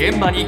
現場に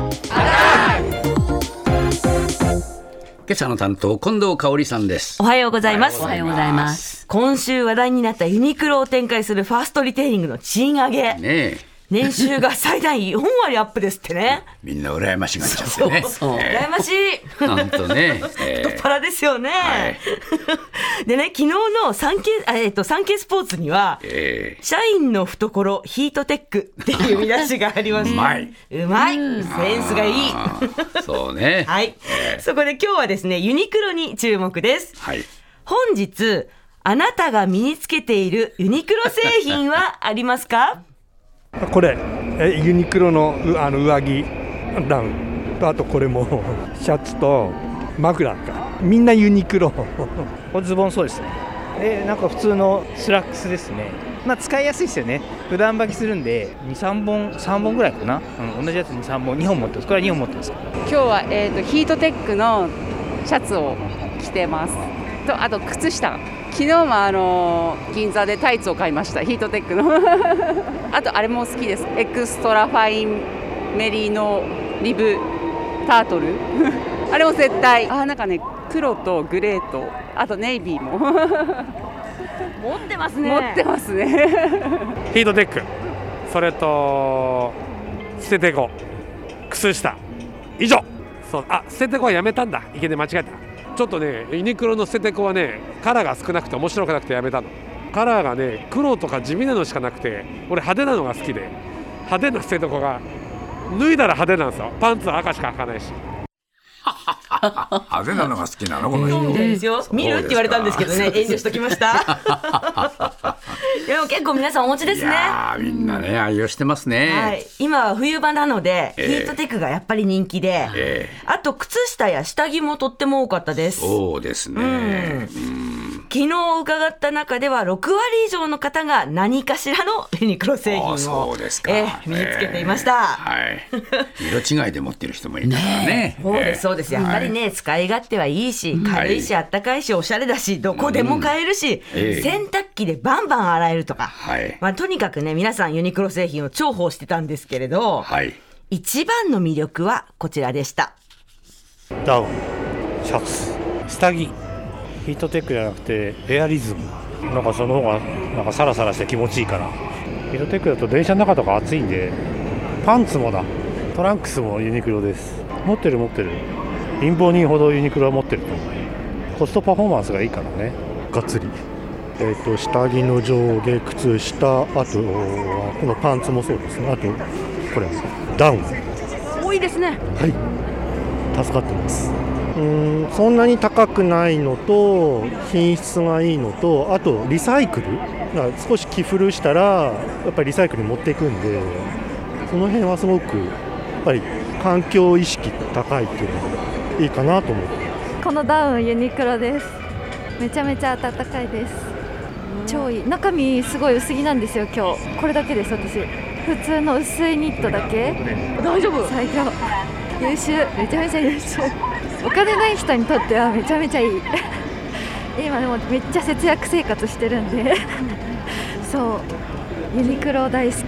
今朝の担当近藤香織さんです。 おはようございます。 おはようございます。 今週話題になったユニクロを展開するファーストリテイリングの賃上げ、年収が最大4割アップですってね。 みんな羨ましがっちゃってね。 羨ましい。 本当ね。 太っ腹ですよね。はい、でね、昨日のサンケイスポーツには、社員の懐ヒートテックっていう見出しがあります。 うまい。 センスがいい。 そうね。 はい。そこで今日はですね、ユニクロに注目です。 はい。 本日あなたが身につけているユニクロ製品はありますか？ これユニクロの上着ダウンと、あとこれもシャツと枕か、みんなユニクロ。 これズボンそうですね。なんか普通のスラックスですね。使いやすいですよね。普段履きするんで3本ぐらいかな、同じやつに2本持ってます。これは2本持ってます。 今日は、ヒートテックのシャツを着てますと、あと靴下、昨日も銀座でタイツを買いました。ヒートテックのあとあれも好きです。エクストラファインメリノリブタートルあれも絶対。なんかね、黒とグレーとあとネイビーも持ってますね。 持ってますねヒートテック、それと捨ててこ靴下、以上。そう、捨ててこはやめたんだ。いけね、間違えた。ちょっとね、ユニクロの捨ててこはね、カラーが少なくて面白くなくてやめたの。カラーがね、黒とか地味なのしかなくて、俺派手なのが好きで、派手な捨ててこが脱いだら派手なんですよ。パンツは赤しか履かないし。 派手なのが好きなの、この人。 ですよ。見るって言われたんですけどね、遠慮しときましたでも結構皆さんお持ちですね。 いやみんなね、愛用してますね。 はい、今は冬場なので、ヒートテックがやっぱり人気で、あと靴下や下着もとっても多かったです。 そうですね。 昨日伺った中では6割以上の方が何かしらのユニクロ製品を身につけていました。 はい、色違いで持ってる人もいるからね。 そうです。やっぱりね、使い勝手はいいし、軽いし、あったかいし、おしゃれだし、どこでも買えるし、洗濯機でバンバン洗えるとか、とにかくね、皆さんユニクロ製品を重宝してたんですけれど、一番の魅力はこちらでした。 ダウン、シャツ、下着、ヒートテックじゃなくてエアリズム、なんかその方がなんかサラサラして気持ちいいから。ヒートテックだと電車の中とか暑いんで。パンツもだ、トランクスもユニクロです。持ってる貧乏人ほどユニクロは持ってると思う。コストパフォーマンスがいいからね、がっつり。下着の上下、靴下、あとはこのパンツもそうですね。あとこれダウン多いですね。 はい、助かってます。そんなに高くないのと、品質がいいのと、あとリサイクルが少し着古したらやっぱりリサイクルに持っていくんで、その辺はすごくやっぱり環境意識高いっていうのがいいかなと思う。 このダウンユニクロです。めちゃめちゃ暖かいです。超いい。中身すごい薄着なんですよ今日。これだけです。私普通の薄いニットだけ。 大丈夫。 最強。優秀。めちゃめちゃ優秀。お金ない人にとってはめちゃめちゃいい今でもめっちゃ節約生活してるんでそうユニクロ大好き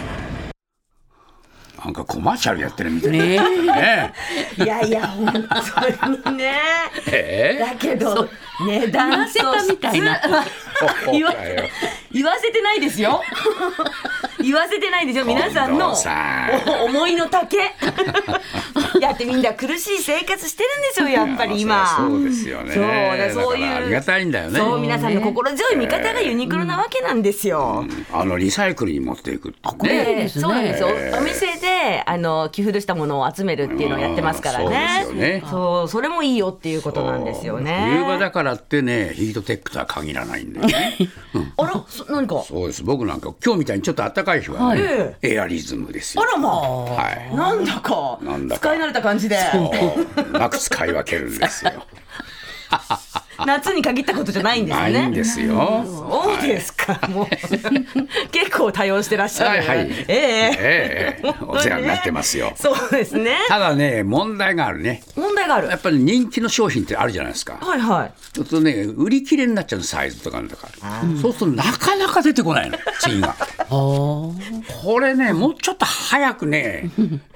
なんかコマーシャルやってるみたいな、 いやいや本当にね、だけど値段とみたいな言わせてないですよ言わせてないですよ。皆さんの思いの丈だってみんな苦しい生活してるんですよ、やっぱり今。 そうですよね。そういう、ありがたいんだよね。 そう、皆さんの心強い味方がユニクロなわけなんですよ。 リサイクルに持っていくってね。 そうなんですよ。お店で寄付したものを集めるっていうのをやってますからね。 そうですよね。 そう、それもいいよっていうことなんですよね。 冬場だからってね、ヒートテックとは限らないんだよね。 あら、何か。 そうです。僕なんか今日みたいにちょっと暖かい日はね、エアリズムですよ。 あらまあ、なんだか使い慣れた感じでうまく使い分けるんですよ夏に限ったことじゃないんですね。 ないんですよ。 そうですか、もう結構多用してらっしゃる。 お世話になってますよ。 そうですね。 ただね、問題があるね。 問題がある。 やっぱり人気の商品ってあるじゃないですか。 はいはい。 ちょっとね、売り切れになっちゃうサイズとかなんだから、そうするとなかなか出てこないの、次が。これね、もうちょっと早くね、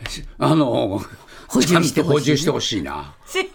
補充してほしいな。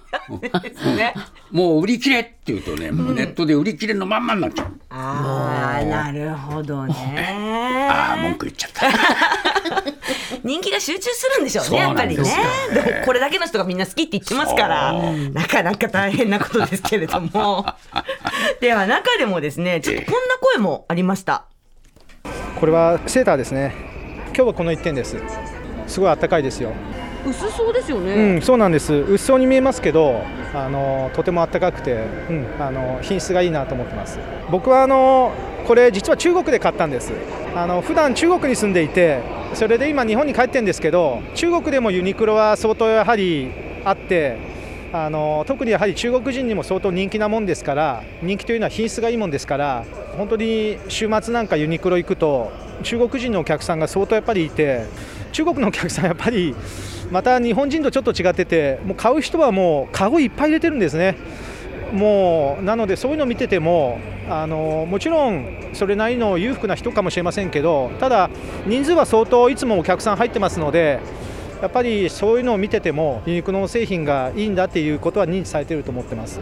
もう売り切れって言うとね、もうネットで売り切れのまんまになっちゃう。 なるほどね。 文句言っちゃった。 人気が集中するんでしょうね、やっぱりね。でもこれだけの人がみんな好きって言ってますから、なかなか大変なことですけれども。では中でもですね、ちょっとこんな声もありました。 これはセーターですね。今日はこの1点です。すごい暖かいですよ。 薄そうですよね。 そうなんです。薄そうに見えますけど、とても暖かくて、品質がいいなと思ってます。僕はこれ実は中国で買ったんです。普段中国に住んでいて、それで今日本に帰ってるんですけど、中国でもユニクロは相当やはりあって、特にやはり中国人にも相当人気なもんですから、人気というのは品質がいいもんですから、本当に週末なんかユニクロ行くと中国人のお客さんが相当やっぱりいて、中国のお客さんやっぱりまた日本人とちょっと違ってて、もう買う人はもうカゴいっぱい入れてるんですね。もうなのでそういうのを見ててももちろんそれなりの裕福な人かもしれませんけど、ただ人数は相当いつもお客さん入ってますので、やっぱりそういうのを見ててもユニクロの製品がいいんだっていうことは認知されていると思ってます。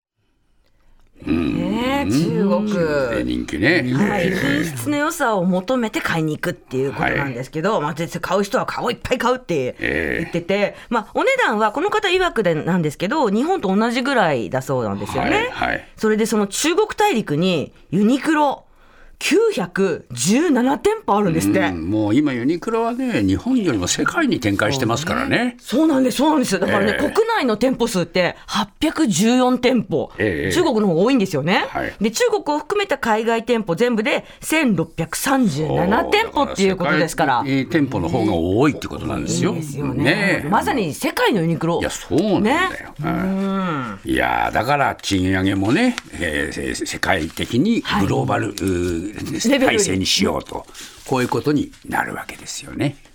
中国人気ね、 品質の良さを求めて買いに行くっていうことなんですけど、買う人はカゴいっぱい買うって言ってて、お値段はこの方曰くでなんですけど、日本と同じぐらいだそうなんですよね。それでその中国大陸にユニクロ917店舗あるんですって。 もう今ユニクロはね、日本よりも世界に展開してますからね。 そうなんですだからね、国内の店舗数って814店舗、中国の方が多いんですよね。で中国を含めた海外店舗全部で1637店舗っていうことですから、 店舗の方が多いってことなんですよ。 いいですよね。まさに世界のユニクロ。 いやそうなんだよ、いやだから賃上げもね、世界的にグローバル、体制にしようと、こういうことになるわけですよね。